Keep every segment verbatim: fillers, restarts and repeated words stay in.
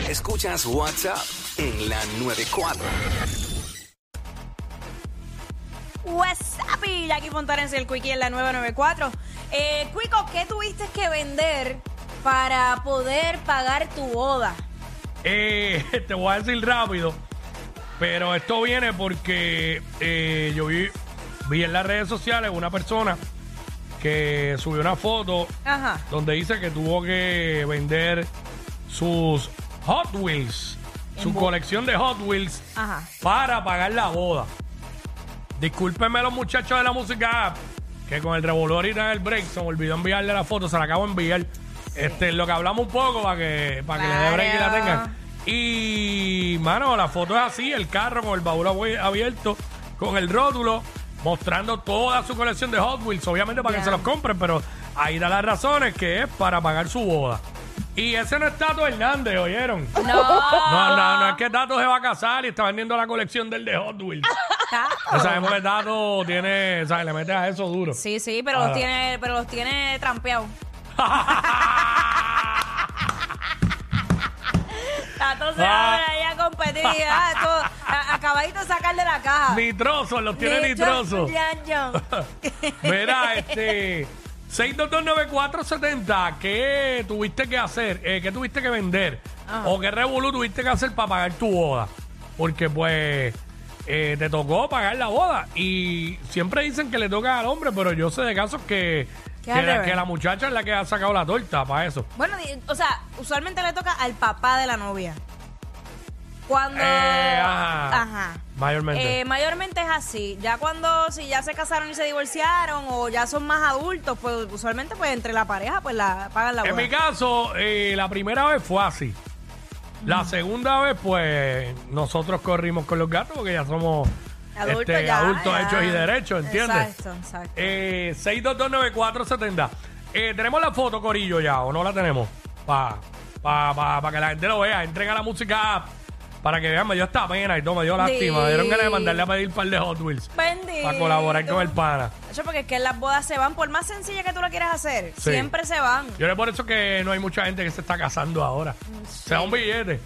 Escuchas WhatsApp en la noventa y cuatro. What's up, y Jackie Fontanes y el Quickie en la nueve noventa y cuatro. Eh, Quico, ¿qué tuviste que vender para poder pagar tu boda? Eh, te voy a decir rápido, pero esto viene porque eh, yo vi, vi en las redes sociales una persona que subió una foto Ajá. donde dice que tuvo que vender sus Hot Wheels, su bo- colección de Hot Wheels Ajá. para pagar la boda. Discúlpenme los muchachos de la música app, que con el revolver ahorita en el break se me olvidó enviarle la foto, se la acabo de enviar. Este, lo que hablamos un poco para que, para que le dé break y la tengan. Y, mano, la foto es así, el carro con el baúl abu- abierto, con el rótulo, mostrando toda su colección de Hot Wheels, obviamente para Ya. que se los compren, pero ahí da las razones que es para pagar su boda. Y ese no es Tato Hernández, ¿oyeron? No. No, no, no es que Tato se va a casar y está vendiendo la colección del de Hot Wheels. Ya sabemos que Tato tiene, ¿sabes? Le mete a eso duro. Sí, sí, pero Ah. los tiene, pero los tiene trampeados. Tato se va Ah. ahí a competir. Ah, esto, a- acabadito de sacar de la caja. Nitrosos, los tiene De nitrosos. John John. Mira, este seis dos dos nueve cuatro siete cero, ¿qué tuviste que hacer? Eh, ¿Qué tuviste que vender? Ajá. ¿O qué revolú tuviste que hacer para pagar tu boda? Porque pues eh, te tocó pagar la boda. Y siempre dicen que le toca al hombre, pero yo sé de casos que, Que que, al la, revés. que la muchacha es la que ha sacado la torta para eso. Bueno, di- o sea, usualmente le toca al papá de la novia. Cuando... Eh, ajá. Ajá. Mayormente. Eh, mayormente es así. Ya cuando, si ya se casaron y se divorciaron o ya son más adultos, pues usualmente pues entre la pareja pues la pagan la En boda. mi caso, eh, la primera vez fue así. La segunda vez, pues, nosotros corrimos con los gatos porque ya somos Adultos este, ya, adultos ya. hechos y derechos, ¿entiendes? Exacto, exacto. Eh, seis dos dos nueve cuatro siete cero. Eh, ¿Tenemos la foto, Corillo, ya o no la tenemos? Para pa, pa, pa que la gente lo vea. Entren a la música app para que vean. Me dio esta pena y todo, me dio lástima. Me dieron ganas de mandarle a pedir un par de Hot Wheels Bendito. para colaborar con el pana. Eso porque es que las bodas se van, por más sencilla que tú lo quieras hacer, Sí. siempre se van. Yo creo por eso que no hay mucha gente que se está casando ahora. Se da un billete.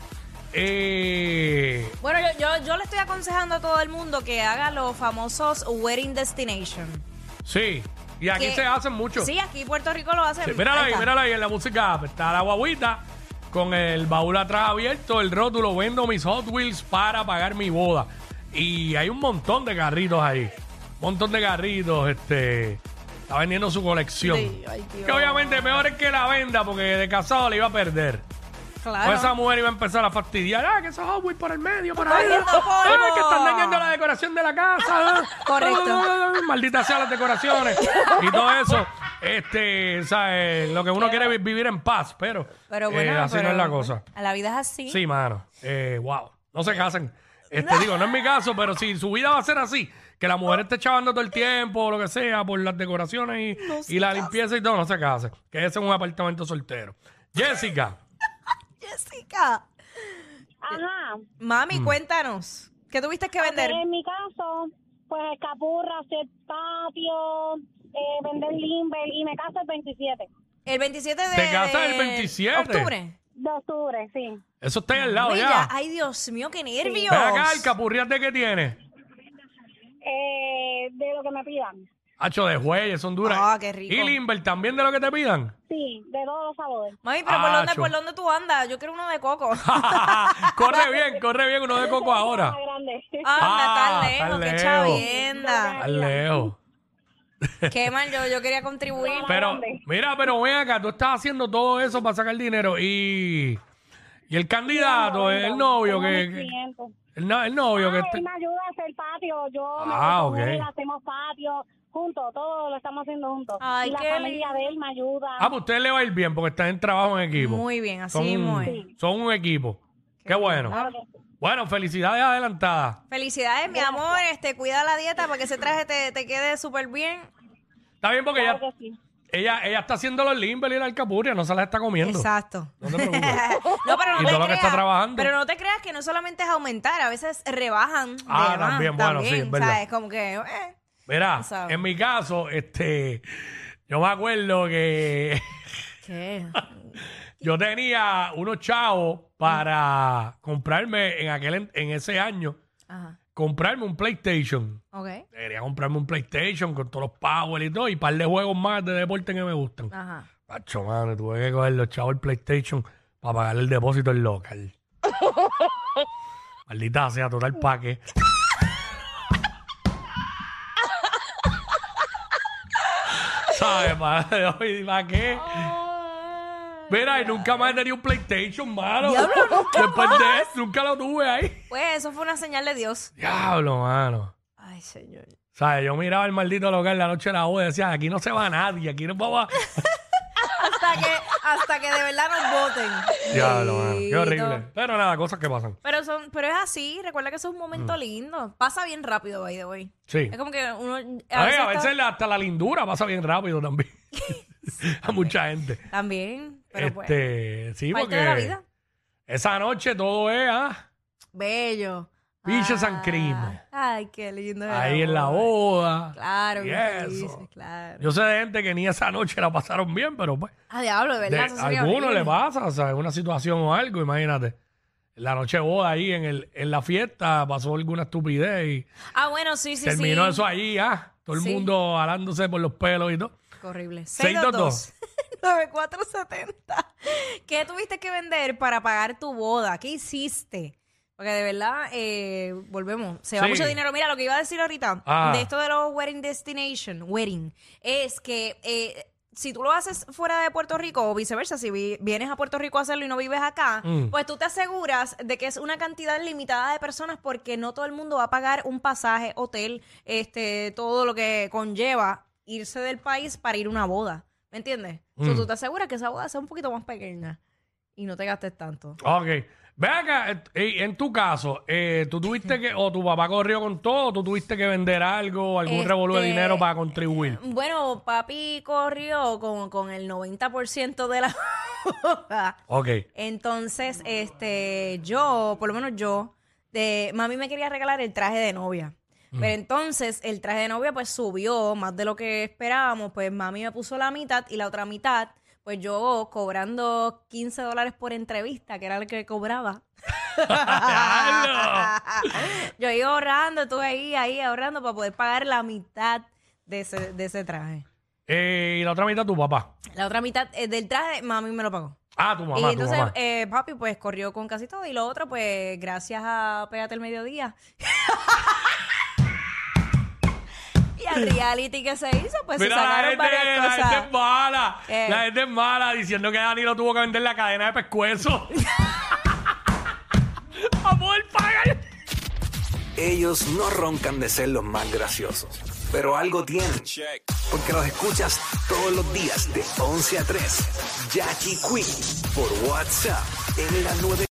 Eh... Bueno, yo, yo, yo le estoy aconsejando a todo el mundo que haga los famosos wedding destination. Sí, y aquí Que- se hacen mucho. Sí, aquí en Puerto Rico lo hacen. Sí, mírala ahí, está. mírala ahí en la música app. Está la guaguita con el baúl atrás abierto, el rótulo, vendo mis Hot Wheels para pagar mi boda. Y hay un montón de carritos ahí. Un montón de carritos, este... Está vendiendo su colección. Sí, ay, Dios. Que obviamente mejor es que la venda porque de casado le iba a perder. Claro. Pues esa mujer iba a empezar a fastidiar. Ah, que esos Hot Wheels por el medio, por ahí. Cogiendo polvo. Ah, que están dañando la decoración de la casa. ah. Correcto. Ah, maldita sea las decoraciones. Y todo eso. Este, ¿sabes? Lo que uno quiere es vivir en paz, pero, Pero eh, bueno, así pero, no es la cosa. A la vida es así. Sí, mano. Eh, wow. No se casen. Este, digo, no es mi caso, pero si su vida va a ser así, que la mujer esté chavando todo el tiempo o lo que sea por las decoraciones y, No se y la case. limpieza y todo, no se case. Que ese es un apartamento soltero. Jessica. Jessica. Ajá. Mami, cuéntanos. ¿Qué tuviste que vender? En mi caso, pues escapurra, hacer patio, eh, vender limber y me caso el veintisiete El veintisiete de, ¿Te casas el de veintisiete? octubre. de octubre, sí. Eso está ahí al lado Bella. ya. Ay, Dios mío, qué nervios. Ven acá, el capurriate que tiene. Eh, de lo que me pidan. Hacho de jueyes, son duras. Ah, qué rico. ¿Y Limber también de lo que te pidan? Sí, de todos los sabores. Mami, pero ¿por dónde, Acho. ¿por dónde tú andas? Yo quiero uno de coco. corre bien, corre bien uno de coco ahora. Más grande. Anda, Ah, tan lejos, tan qué lejos. chavienda. Al lejos. Qué mal, yo, yo quería contribuir. Pero, grande. mira, pero ven acá, tú estás haciendo todo eso para sacar dinero y, y el candidato, el novio Tengo que, mis que- clientes. el, no- el novio que Ah, está- él me ayuda a hacer patio. Yo me Ah, voy con ok. él, hacemos patio juntos. Todo lo estamos haciendo juntos. Ay, y la qué familia de él me ayuda. Ah, pues a usted le va a ir bien porque están en trabajo en equipo. Muy bien, así son, mismo es. son un equipo. Qué, bueno. Ah, Bueno, felicidades adelantadas. felicidades, mi amor. Este, cuida la dieta para que ese traje te, te quede súper bien. Está bien porque Claro ella, que sí. ella, ella está haciendo los limber y la alcapurria, no se las está comiendo. Exacto. No te preocupes. No, pero no Y te todo lo que creas, está trabajando. pero no te creas que no solamente es aumentar, a veces rebajan. Ah, de más también, bueno, sí, es verdad. ¿sabes? Como que, eh, Mira, Tú sabes. en mi caso, este, yo me acuerdo que ¿qué? yo tenía unos chavos para comprarme en aquel en ese año, Ajá. comprarme un PlayStation. Ok. Quería comprarme un PlayStation con todos los power y todo, y un par de juegos más de deporte que me gustan. Ajá. Pacho, mano, tuve que coger los chavos del PlayStation para pagar el depósito del local. Maldita sea, total paque. ¿Sabes? ¿Para, ¿para qué? Mira, y nunca más tenía un PlayStation, mano. Diablo, nunca Después de eso, nunca lo tuve ahí. Pues eso fue una señal de Dios. Diablo, mano. Ay, señor. ¿Sabes? Yo miraba el maldito local la noche de la boda y decía, aquí no se va nadie, aquí no vamos a... Hasta que, hasta que de verdad nos voten. Diablo, mano. Qué Bendito. horrible. Pero nada, cosas que pasan. Pero, son, pero es así, recuerda que eso es un momento lindo. Pasa bien rápido, by the way. Sí. Es como que uno... A A, ver, veces a está- veces la- hasta la lindura pasa bien rápido también. A mucha gente. También, pero pues... este, sí, parte porque de la vida. esa noche todo es ah, Bello. Peaches Ah, and cream. Ay, qué lindo. es el ahí en la amor. boda. Claro, y bien eso. felices, claro. Yo sé de gente que ni esa noche la pasaron bien, pero pues Ah, diablo, de de, verdad. a eso sería algunos horrible. le pasa, o sea, una situación o algo, imagínate. En la noche de boda ahí en, el, en la fiesta pasó alguna estupidez y Ah, bueno, sí, sí, terminó sí. eso allí, ah, todo el Sí. mundo jalándose por los pelos y todo. Horrible. seis dos dos. nueve cuatro siete cero. ¿Qué tuviste que vender para pagar tu boda? ¿Qué hiciste? Porque de verdad, eh, volvemos. Se va Sí. mucho dinero. Mira, lo que iba a decir ahorita Ah. de esto de los wedding destination, wedding, es que eh, si tú lo haces fuera de Puerto Rico o viceversa, si vi- vienes a Puerto Rico a hacerlo y no vives acá, Mm. pues tú te aseguras de que es una cantidad limitada de personas porque no todo el mundo va a pagar un pasaje, hotel, este, todo lo que conlleva irse del país para ir a una boda. ¿Me entiendes? Mm. So, tú te aseguras que esa boda sea un poquito más pequeña y no te gastes tanto. Ok. Ve acá, eh, en tu caso, eh, ¿tú tuviste que, o tu papá corrió con todo, o tú tuviste que vender algo, algún Este, revolú de dinero para contribuir? Bueno, papi corrió con, con el noventa por ciento de la boda. Ok. Entonces, este, yo, por lo menos yo, de, mami me quería regalar el traje de novia. Pero entonces el traje de novia pues subió más de lo que esperábamos, pues mami me puso la mitad y la otra mitad, pues yo cobrando quince dólares por entrevista, que era lo que cobraba. Yo iba ahorrando, estuve ahí, ahí ahorrando para poder pagar la mitad de ese, de ese traje. Eh, y la otra mitad tu papá. La otra mitad eh, del traje, mami me lo pagó. Ah, tu mamá, y tu entonces, mamá. eh, papi, pues corrió con casi todo. Y lo otro, pues, gracias a Pégate el Mediodía. y al reality que se hizo, pues Mira, se la sacaron gente, varias la cosas. gente es mala. Eh. La gente es mala diciendo que Danilo tuvo que vender la cadena de pescuezo. A poder pagar. Ellos no roncan de ser los más graciosos, pero algo tienen. Porque los escuchas todos los días de once a tres. Jackie Quinn por WhatsApp en la nueve.